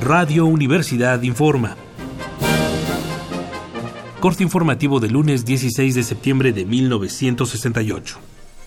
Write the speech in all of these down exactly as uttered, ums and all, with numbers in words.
Radio Universidad informa. Corte informativo de lunes dieciséis de septiembre de mil novecientos sesenta y ocho.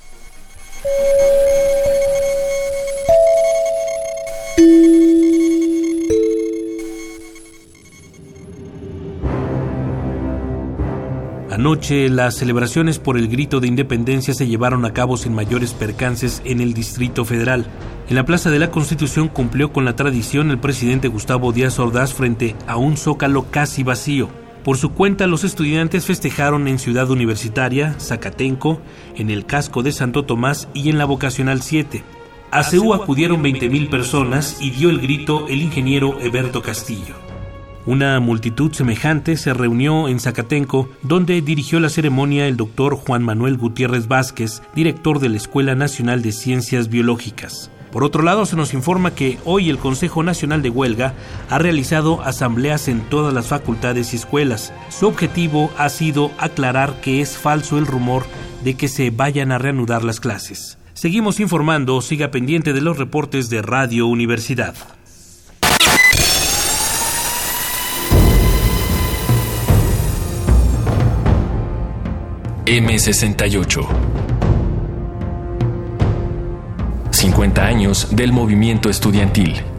Anoche, las celebraciones por el grito de independencia se llevaron a cabo sin mayores percances en el Distrito Federal. En la Plaza de la Constitución cumplió con la tradición el presidente Gustavo Díaz Ordaz frente a un zócalo casi vacío. Por su cuenta, los estudiantes festejaron en Ciudad Universitaria, Zacatenco, en el Casco de Santo Tomás y en la Vocacional siete. A C U acudieron veinte mil personas y dio el grito el ingeniero Eberto Castillo. Una multitud semejante se reunió en Zacatenco, donde dirigió la ceremonia el doctor Juan Manuel Gutiérrez Vázquez, director de la Escuela Nacional de Ciencias Biológicas. Por otro lado, se nos informa que hoy el Consejo Nacional de Huelga ha realizado asambleas en todas las facultades y escuelas. Su objetivo ha sido aclarar que es falso el rumor de que se vayan a reanudar las clases. Seguimos informando, siga pendiente de los reportes de Radio Universidad. eme sesenta y ocho. cincuenta años del movimiento estudiantil.